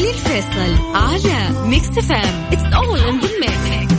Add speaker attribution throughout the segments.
Speaker 1: علي الفيصل على ميكس فام. It's all in the mix.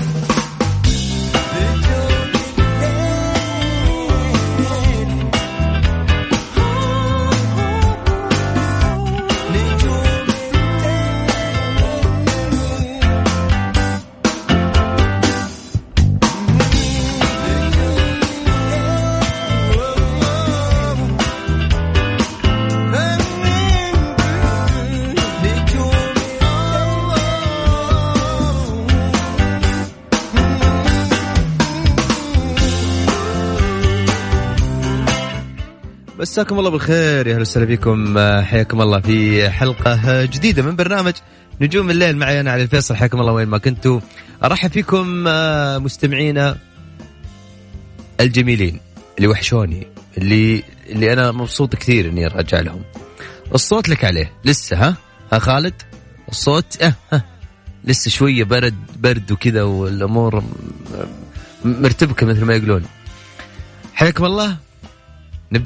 Speaker 2: مساكم الله بالخير، يا اهلا وسهلا بكم، حياكم الله في حلقة جديدة من برنامج نجوم الليل معي أنا علي الفيصل. حياكم الله وين ما كنتوا. أرحب فيكم مستمعينا الجميلين اللي وحشوني، اللي أنا مبسوط كثير إني أرجع لهم. الصوت لك عليه لسه، ها خالد الصوت لسه شوية برد وكذا، والأمور مرتبكة مثل ما يقولون. حياكم الله. نبدأ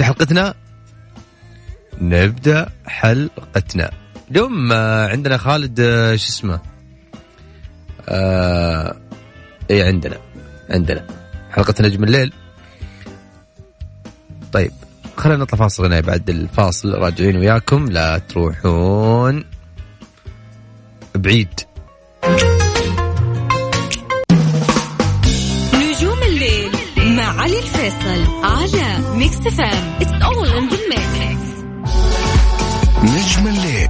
Speaker 2: حلقتنا اليوم. عندنا خالد شو اسمه عندنا حلقة نجم الليل. طيب خلينا نطلع فاصل غنائي، بعد الفاصل راجعين وياكم، لا تروحون بعيد.
Speaker 1: نجوم الليل مع علي الفيصل على ميكس فام. It's all in the mix.
Speaker 3: نجم الليل.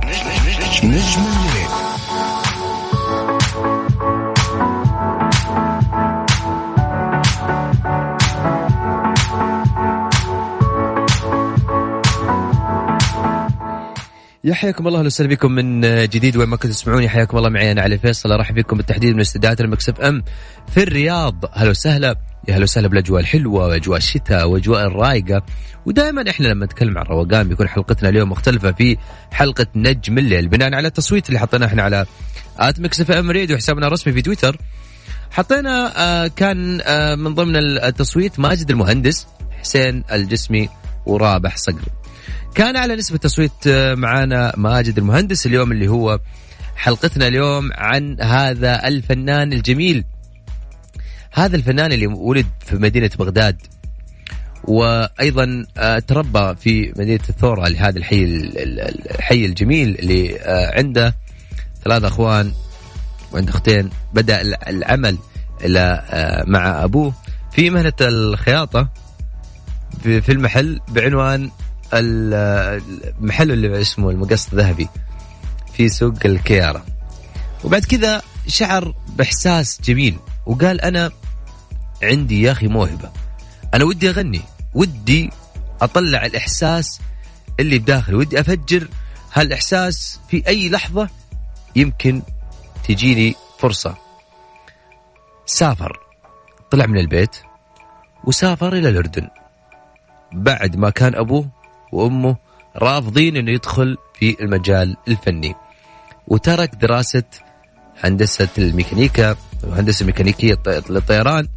Speaker 2: يا حياكم الله وسهلا بكم من جديد وين ما كنتوا تسمعوني. حياكم الله معي أنا علي فيصل. أرحب بكم بالتحديد من استديوهات المكس اف ام في الرياض. هلا وسهلا، يا هلا وسهلا بالاجواء الحلوه واجواء الشتاء واجواء الرايقه. ودائما احنا لما نتكلم عن روقان بيكون حلقتنا اليوم مختلفه في حلقه نجم الليل، بناء على التصويت اللي حطيناه احنا على @مكس اف ام راديو حسابنا الرسمي في تويتر. حطينا كان من ضمن التصويت ماجد المهندس، حسين الجسمي، ورابح صقر. كان على نسبة تصويت معانا ماجد المهندس اليوم، اللي هو حلقتنا اليوم عن هذا الفنان الجميل، هذا الفنان اللي ولد في مدينة بغداد، وأيضا تربى في مدينة الثورة لهذا الحي الجميل اللي عنده 3 أخوان وعنده أختين. بدأ العمل مع أبوه في مهنة الخياطة في المحل بعنوان المحل اللي اسمه المقص ذهبي في سوق الكيارة. وبعد كذا شعر بإحساس جميل وقال أنا عندي يا أخي موهبة، أنا ودي أغني، ودي أطلع الإحساس اللي بداخلي، ودي أفجر هالإحساس في أي لحظة يمكن تجيني فرصة. سافر، طلع من البيت وسافر إلى الأردن بعد ما كان أبوه وأمه رافضين أنه يدخل في المجال الفني، وترك دراسة هندسة الميكانيكا وهندسة ميكانيكية للطيران،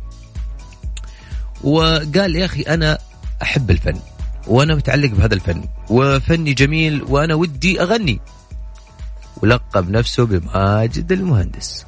Speaker 2: وقال يا أخي أنا أحب الفن وأنا متعلق بهذا الفن وفني جميل وأنا ودي أغني، ولقب نفسه بماجد المهندس.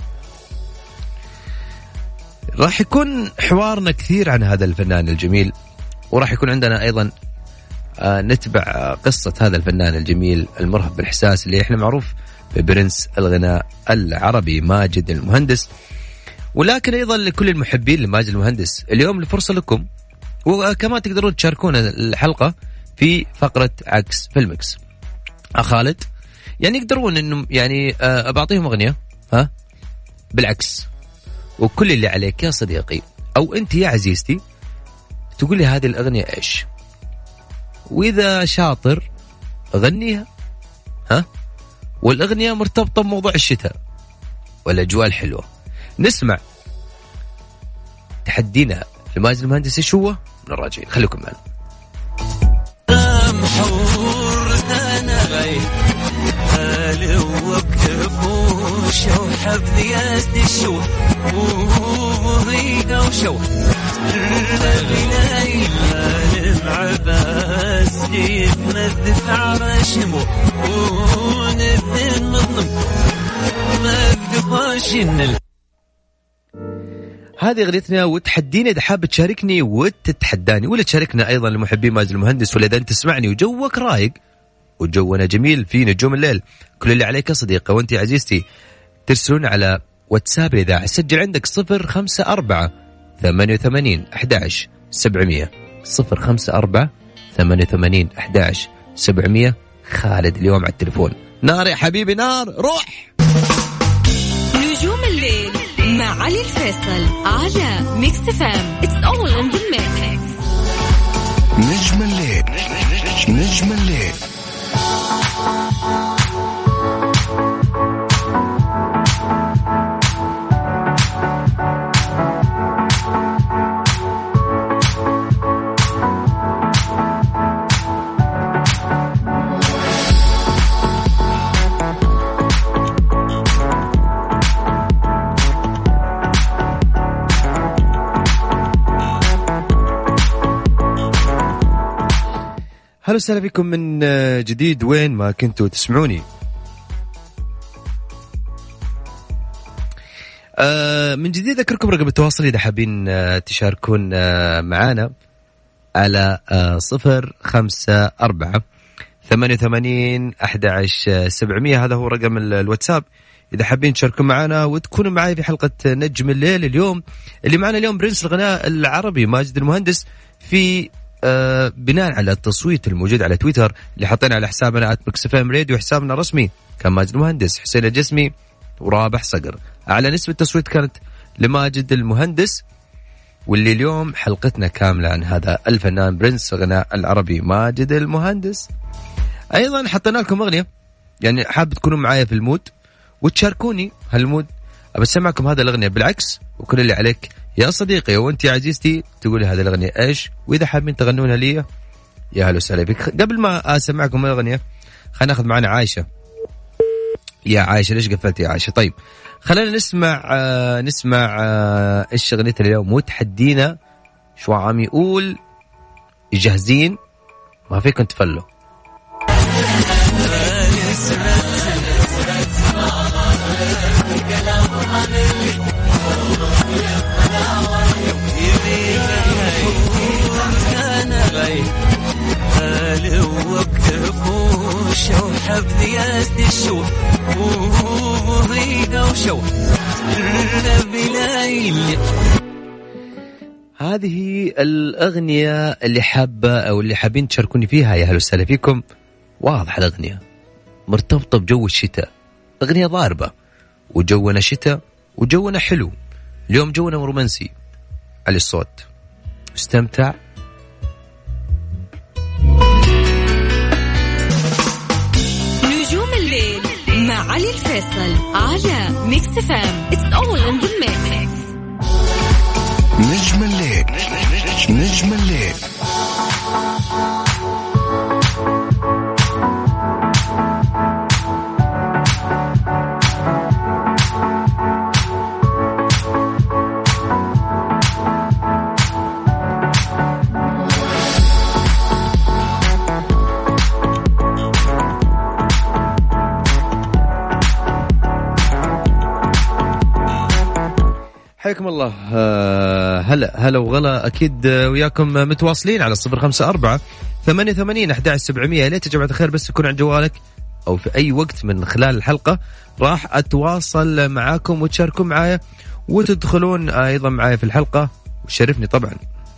Speaker 2: راح يكون حوارنا كثير عن هذا الفنان الجميل، وراح يكون عندنا أيضا نتبع قصة هذا الفنان الجميل المرهف بالإحساس اللي احنا معروف ببرنس الغناء العربي ماجد المهندس. ولكن أيضا لكل المحبين لماجد المهندس اليوم الفرصة لكم، وكمان تقدرون تشاركونا الحلقة في فقرة عكس في المكس. خالد يعني يقدرون إنه يعني أبعطيهم أغنية بالعكس، وكل اللي عليك يا صديقي أو أنت يا عزيزتي تقول لي هذه الأغنية إيش، وإذا شاطر غنيها والأغنية مرتبطة بموضوع الشتاء والأجواء الحلوة. نسمع تحدينا لماجد المهندس إيش هو من الراجعين. خليكم معنا.
Speaker 4: محور أنا غير وقف وشوحب ذياس الشوح وضيقة وشوح الغلاي عباس كيف ندفع رشمه ونذن مظلم
Speaker 2: هذه أغنيتنا وتحديني إذا حاب تشاركني وتتحداني ولا تشاركنا أيضا لمحبين ماجد المهندس. ولا إذا أنت تسمعني وجوك رايق وجونا جميل في نجوم الليل، كل اللي عليك يا صديقة وأنت عزيزتي ترسلون على واتساب الإذاعة. سجل عندك 054 88 11 700 054 88 11 700. خالد اليوم على التليفون. نار يا حبيبي نار، روح.
Speaker 1: نجوم الليل مع علي الفيصل على ميكس فام. It's all in the mix.
Speaker 3: نجم الليل نجم الليل.
Speaker 2: هلا وسهلا بكم من جديد وين ما كنتوا تسمعوني. من جديد أذكركم رقم التواصل إذا حابين تشاركون معنا على 054 88 11 700. هذا هو رقم الواتساب إذا حابين تشاركون معنا وتكونوا معي في حلقة نجم الليل. اليوم اللي معنا اليوم برنس الغناء العربي ماجد المهندس، في بناء على التصويت الموجود على تويتر اللي حطينا على حسابنا @مكسفام راديو، حسابنا الرسمي كان ماجد المهندس، حسين الجسمي ورابح صقر. على نسبة التصويت كانت لماجد المهندس، واللي اليوم حلقتنا كاملة عن هذا الفنان برنس الغناء العربي ماجد المهندس. أيضا حطينا لكم أغنية، يعني حاب تكونوا معايا في المود وتشاركوني هالمود. أبى أسمعكم هذا الأغنية بالعكس، وكل اللي عليك يا صديقي وانت عزيزتي تقولي هذه الأغنية إيش، وإذا حابين تغنونها لي يا هلا وسهلا بك. قبل ما أسمعكم الأغنية خلينا ناخذ معنا عايشة. يا عايشة ليش قفلت يا عايشة؟ طيب خلينا نسمع إيش أغنيتنا اليوم وتحدينا. شو عم يقول؟ جاهزين؟ ما فيكم تفلوا. هذه الأغنية اللي حابة أو اللي حابين تشاركوني فيها يا هلا وسهلا فيكم. واضح الأغنية مرتبطة بجو الشتاء، أغنية ضاربة وجونا شتاء وجونا حلو. اليوم جونا رومانسي. على الصوت استمتع.
Speaker 1: نجوم الليل مع علي الفيصل على ميكس فام. It's all in the mix.
Speaker 3: نجم الليل نجم الليل.
Speaker 2: حياكم الله. هلا وغلا أكيد وياكم متواصلين على 054 88 11 700. ليت يا جماعة الخير بس يكون عند جوالك أو في أي وقت من خلال الحلقة راح أتواصل معاكم وتشاركون معايا وتدخلون أيضا معايا في الحلقة وشرفني طبعا.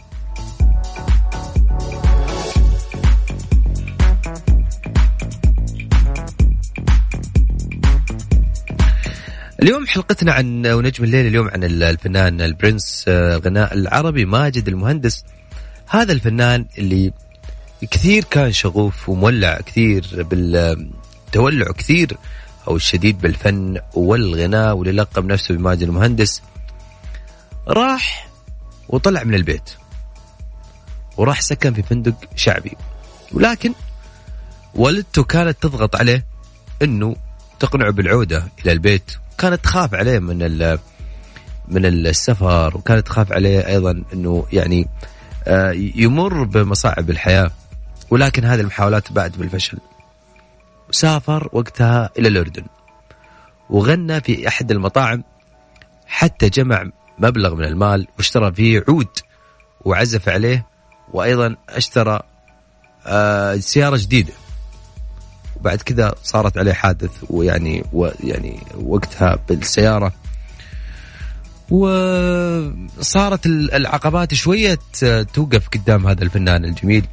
Speaker 2: اليوم حلقتنا عن ونجم الليل اليوم عن الفنان البرنس الغناء العربي ماجد المهندس. هذا الفنان اللي كثير كان شغوف ومولع كثير بالتولع كثير أو الشديد بالفن والغناء، واللي لقب نفسه بماجد المهندس راح وطلع من البيت وراح سكن في فندق شعبي، ولكن والدته كانت تضغط عليه انه تقنعه بالعودة الى البيت. كانت تخاف عليه من السفر، وكانت تخاف عليه ايضا انه يعني يمر بمصاعب الحياة، ولكن هذه المحاولات باءت بالفشل. سافر وقتها الى الأردن وغنى في أحد المطاعم، حتى جمع مبلغ من المال واشترى فيه عود وعزف عليه، وأيضا اشترى سيارة جديدة. وبعد كذا صارت عليه حادث ويعني وقتها بالسيارة، وصارت العقبات شوية توقف قدام هذا الفنان الجميل.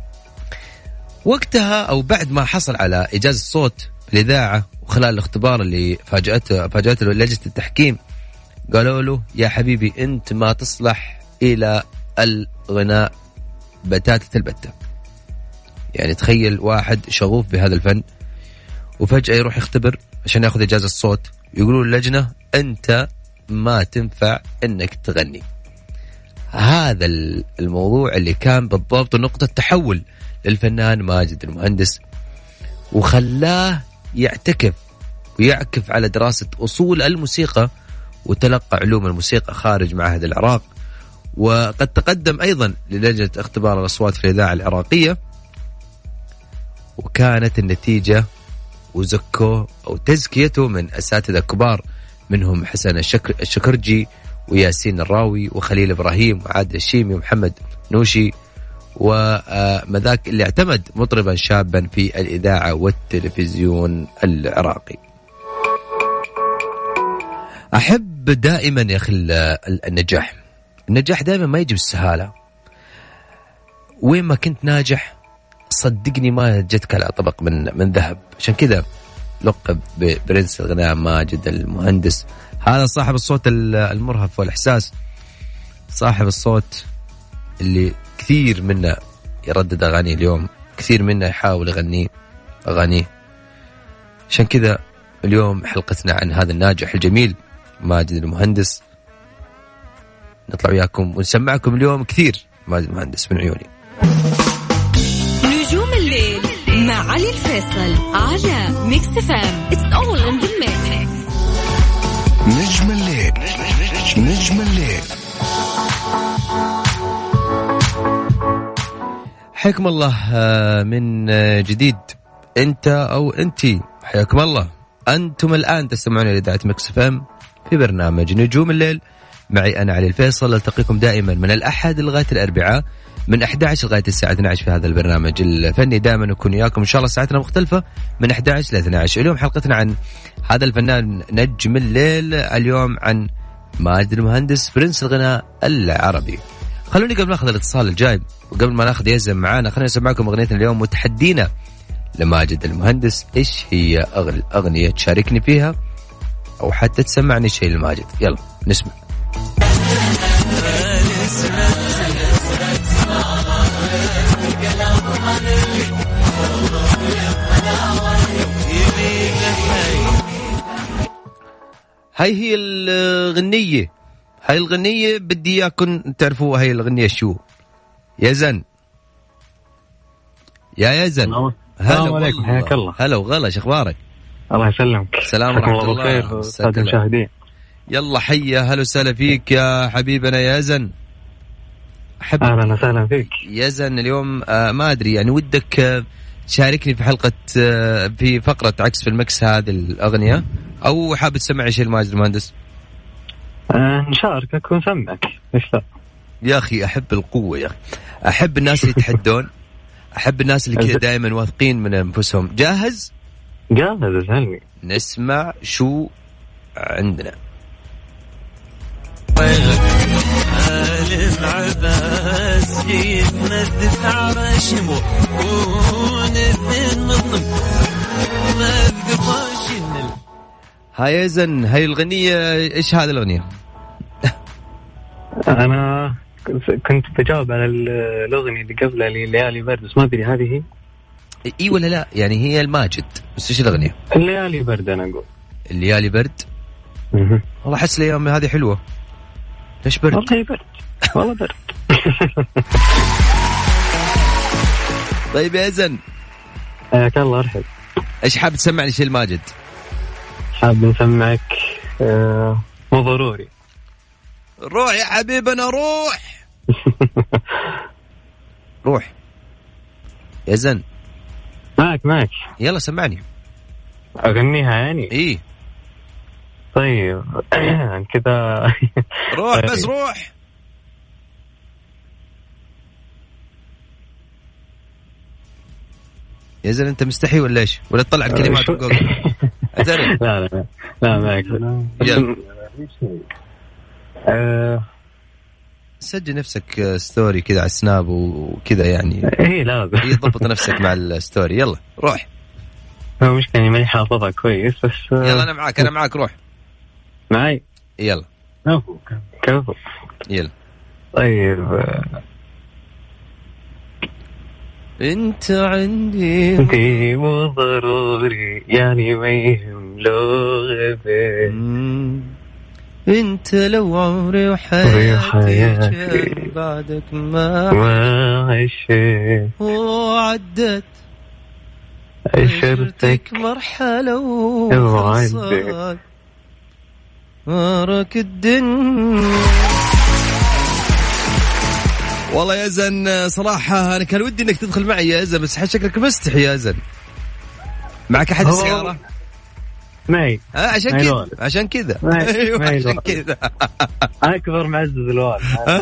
Speaker 2: وقتها أو بعد ما حصل على إجازة صوت بالإذاعة وخلال الاختبار اللي فاجأته لجنة التحكيم، قالوا له يا حبيبي أنت ما تصلح إلى الغناء بتاتة البتة. يعني تخيل واحد شغوف بهذا الفن وفجأة يروح يختبر عشان ياخذ إجازة الصوت، يقولوا اللجنة أنت ما تنفع إنك تغني. هذا الموضوع اللي كان بالضبط نقطة تحول للفنان ماجد المهندس، وخلاه يعتكف ويعكف على دراسة أصول الموسيقى وتلقى علوم الموسيقى خارج معهد العراق. وقد تقدم أيضا للجنة اختبار الأصوات في الإذاعة العراقية، وكانت النتيجة وزكوه أو تزكيته من أساتذة كبار، منهم حسن الشكرجي وياسين الراوي وخليل إبراهيم وعادل الشيمي ومحمد نوشي، ومذاك اللي اعتمد مطربا شابا في الإذاعة والتلفزيون العراقي. أحب دائما يا أخي النجاح دائما ما يجي بالسهالة. وين ما كنت ناجح صدقني ما جتك على طبق من ذهب. عشان كذا لقب برنس الغناء ماجد المهندس. هذا صاحب الصوت المرهف والإحساس، صاحب الصوت اللي كثير منا يردد أغاني اليوم، كثير منا يحاول يغني أغانيه. عشان كذا اليوم حلقتنا عن هذا الناجح الجميل ماجد المهندس. نطلع وياكم ونسمعكم اليوم كثير ماجد المهندس من عيوني.
Speaker 1: نجوم الليل مع علي الفيصل على ميكس فام. It's all in the mix.
Speaker 3: نجم الليل، نجم الليل.
Speaker 2: حياكم الله من جديد، انت او انتي حياكم الله. انتم الان تستمعون الى اذاعه ميكس فام في برنامج نجوم الليل، معي انا علي الفيصل. التقيكم دائما من الاحد لغايه الاربعاء من 11 لغايه الساعه 12 في هذا البرنامج الفني. دائما نكون وياكم ان شاء الله ساعتنا مختلفه من 11 ل 12. اليوم حلقتنا عن هذا الفنان نجم الليل، اليوم عن ماجد المهندس برنس الغناء العربي. خلوني قبل ما ناخذ الاتصال الجاي وقبل ما ناخذ يزن معانا، خلينا نسمعكم اغنيتنا اليوم وتحدينا لماجد المهندس. ايش هي اغنيه تشاركني فيها او حتى تسمعني شيء لماجد؟ يلا نسمع. هاي الغنية بدي اياكم تعرفوا هاي الغنية شو. يزن يا يزن،
Speaker 5: السلام عليكم، حياك الله.
Speaker 2: هلا وغلا، شو اخبارك؟
Speaker 5: الله يسلمك.
Speaker 2: السلام ورحمة الله
Speaker 5: وبركاته أستاذ المشاهدين.
Speaker 2: يلا حيا، هلا وسهلا فيك يا حبيبنا يا يزن.
Speaker 5: أهلا وسهلا فيك
Speaker 2: يزن. اليوم ما أدري يعني ودك تشاركني في حلقة في فقرة عكس في المكس هذه الأغنية، أو حابب تسمعي شيء لماجد المهندس؟
Speaker 5: نشاركك ونسمعك، إيش لا.
Speaker 2: يا أخي أحب القوة، يا أخي أحب الناس اللي يتحدون، أحب الناس اللي كذا دائما واثقين من أنفسهم. جاهز؟
Speaker 5: جاهز، اسألني.
Speaker 2: نسمع شو عندنا.
Speaker 4: ألف عباس يتمدد على شمو ونثن مظلم ما تقفاش النل.
Speaker 2: هاي يزن، هاي الغنية إيش هذه الأغنية؟
Speaker 5: أنا كنت بجاوب على الأغنية اللي قبلها ليالي برد، بس ما أدري هذه هي.
Speaker 2: إيه ولا لا؟ يعني هي الماجد، بس إيش الأغنية؟
Speaker 5: الليالي برد. أنا أقول
Speaker 2: الليالي برد. والله أحس الأيام هذه حلوة. ليش برد؟
Speaker 5: والله برد، والله برد.
Speaker 2: طيب يا يزن،
Speaker 5: حياك الله. أرحب.
Speaker 2: إيش حاب تسمعني شيء الماجد؟
Speaker 5: حاب نسمعك مو ضروري.
Speaker 2: روح يا حبيبنا روح. روح يا زن.
Speaker 5: معك.
Speaker 2: يلا سمعني.
Speaker 5: أغنيها يعني؟
Speaker 2: إيه
Speaker 5: طيب كذا
Speaker 2: روح بس روح. يا زلمة أنت مستحي ولا إيش؟ ولا تطلع الكلمات من جوجل؟
Speaker 5: لا ما أقدر.
Speaker 2: سجل نفسك ستوري كذا على السناب وكذا يعني.
Speaker 5: إيه لازم.
Speaker 2: يضبط نفسك مع الستوري. يلا روح.
Speaker 5: هو مش كاني ماني حافظها كويس بس.
Speaker 2: يلا أنا معاك روح.
Speaker 5: معي.
Speaker 2: يلا.
Speaker 5: كفو.
Speaker 2: يلا.
Speaker 5: طيب.
Speaker 2: انت عندي
Speaker 5: مو ضروري يعني ما يهم لو غبت.
Speaker 2: انت لو عمري وحياتي بعدك ما
Speaker 5: عشت
Speaker 2: وعدت
Speaker 5: عشرتك
Speaker 2: مرحلة وعدت مارك الدنيا. والله يا زن صراحة أنا كان ودي إنك تدخل معي يا زن، بس شكلك مستحي يا زن. معك أحد السيارة؟
Speaker 5: معي.
Speaker 2: عشان كذا
Speaker 5: أيوة
Speaker 2: عشان كذا
Speaker 5: أكبر معزز الوالد.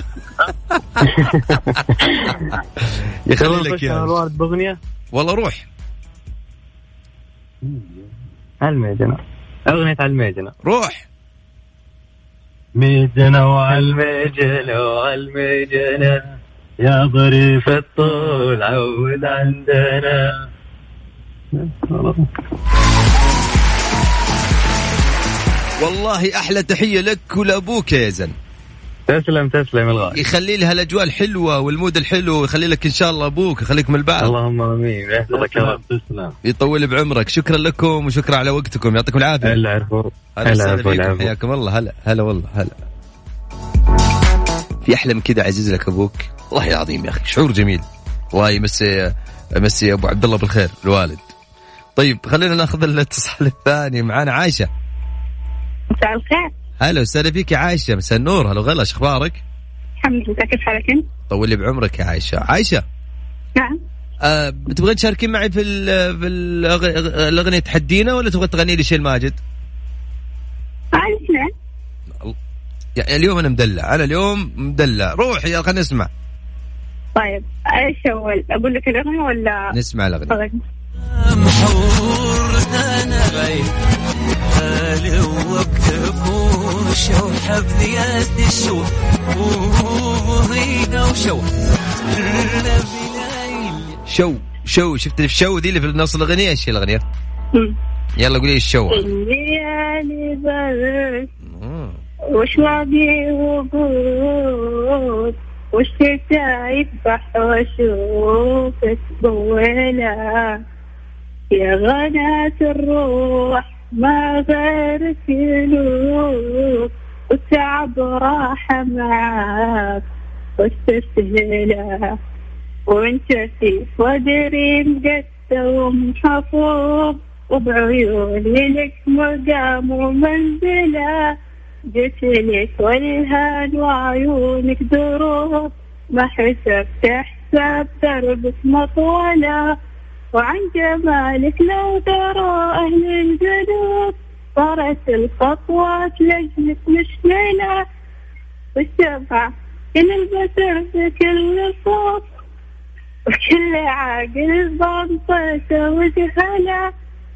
Speaker 2: يخلي لك يا
Speaker 5: الوالد بأغنية.
Speaker 2: والله روح.
Speaker 5: الميجنة، أغنية الميجنة.
Speaker 2: روح.
Speaker 5: ميجنة وعالميجنة يا ظريف الطول عود عندنا.
Speaker 2: والله أحلى تحية لك ولأبوك يا زن.
Speaker 5: تسلم الغالي.
Speaker 2: يخلي لها الأجواء الحلوة والمود الحلو، ويخلي لك إن شاء الله أبوك، يخليكم البعض.
Speaker 5: اللهم آمين. يحفظك يا رب. تسلم.
Speaker 2: يطول بعمرك. شكرا لكم وشكرا على وقتكم، يعطيكم العافية.
Speaker 5: هلا
Speaker 2: حياكم الله. هلا والله. في أحلى من كذا عزيز لك أبوك، والله العظيم يا أخي شعور جميل. والله يمسي أبو عبد الله بالخير الوالد. طيب خلينا ناخذ الاتصال الثاني. معانا عائشة.
Speaker 6: مساء الخير.
Speaker 2: هلا وسهلا فيك يا عائشة. مساء النور. هلا وغلا، شو اخبارك؟
Speaker 6: الحمد لله. كيف حالك انت؟
Speaker 2: طول لي بعمرك يا عائشة.
Speaker 6: نعم.
Speaker 2: بتبغى تشاركين معي في الأغنية تحدينا، ولا تبغى تغني لي شيء الماجد؟
Speaker 6: الاثنين.
Speaker 2: يعني اليوم أنا اليوم مدلع. روح يا خلينا نسمع.
Speaker 6: طيب ايش اول اقول لك الأغنية ولا
Speaker 2: نسمع الأغنية؟
Speaker 4: محور أنا بعيد هالي وقف وشو حبني أستشو وهيدا
Speaker 2: وشو شفت الشو دي اللي في النص الأغنية. ايش الأغنية؟ يلا قولي الشو.
Speaker 6: الليالي برد وشوابي وقود والشتاء يذبح واشوفك طويلة يا غناة الروح ما غيرك يلوك والتعب راحة معاك واستسهلة وانت في صدري مقسى ومحفوظ وبعيوني لك مقام ومنزلة جيت لك والهان وعيونك دروب ما حسبت حساب دربك مطولة وعن جمالك لو درى أهل الجنوب صارت الخطوات لجلك مشكلة والشفعة كل البشر في كل صوت وكل عاقل ضبطته وجهله.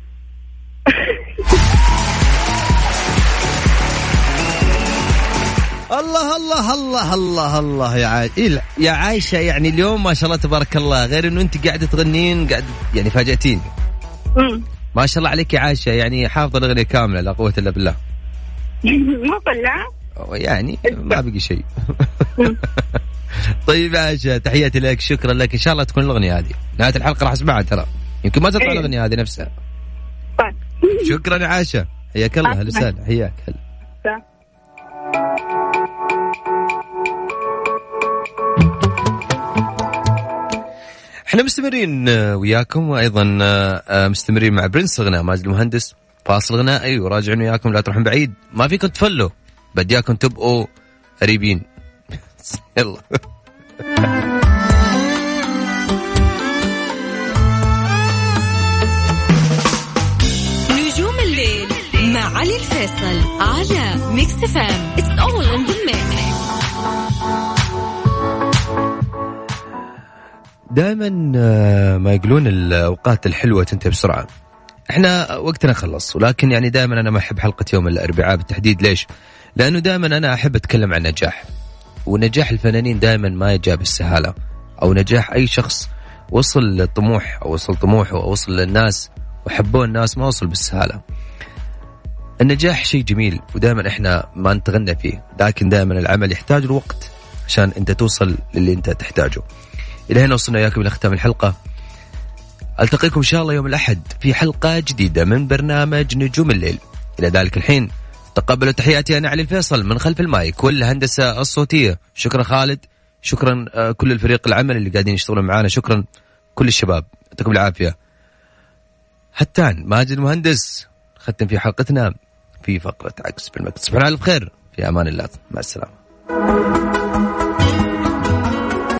Speaker 2: الله الله الله الله الله يا عايشة. يعني اليوم ما شاء الله تبارك الله، غير انه انت قاعدة تغنين قاعدة يعني فاجأتيني. ما شاء الله عليك يا عايشة، يعني حافظة الأغنية كاملة لا قوة إلا بالله.
Speaker 6: ما طلع
Speaker 2: يعني ما بقي شيء. طيب يا عايشة تحياتي لك، شكرا لك. إن شاء الله تكون الأغنية هذه نهاية الحلقة راح أسمعها، ترى يمكن ما تطلع الأغنية هذه نفسها. شكرا يا عايشة، حياك الله. هلا وسهلا، حياك. هلا. احنا مستمرين وياكم، وايضا مستمرين مع برنس غناء ماجد المهندس. فاصل غنائي وراجعين وياكم، لا تروحون بعيد، ما فيكم تفلوا، بدياكم تبقوا قريبين. يلا.
Speaker 1: نجوم الليل مع علي الفيصل على ميكس فام. It's all in the mix.
Speaker 2: دائما ما يقولون الأوقات الحلوة تنتهي بسرعة. احنا وقتنا خلص، ولكن يعني دائما أنا ما أحب حلقة يوم الأربعاء بالتحديد. ليش؟ لأنه دائما أنا أحب أتكلم عن نجاح، ونجاح الفنانين دائما ما يجاب بالسهالة، أو نجاح أي شخص وصل للطموح أو وصل طموحه أو وصل للناس وحبوه الناس ما وصل بالسهالة. النجاح شيء جميل ودائما احنا ما نتغنى فيه، لكن دائما العمل يحتاج الوقت عشان انت توصل للي انت تحتاجه. إلى هنا وصلنا إياكم إلى ختام الحلقة. ألتقيكم إن شاء الله يوم الأحد في حلقة جديدة من برنامج نجوم الليل. إلى ذلك الحين تقبلوا تحياتي أنا علي الفيصل من خلف المايك والهندسة الصوتية. شكرا خالد، شكرا كل الفريق العمل اللي قاعدين يشتغلون معانا، شكرا كل الشباب، يعطيكم العافية. حتان ماجد المهندس ختم في حلقتنا في فقرة عكس بالمكس. صباح الخير، في أمان الله، مع السلامة.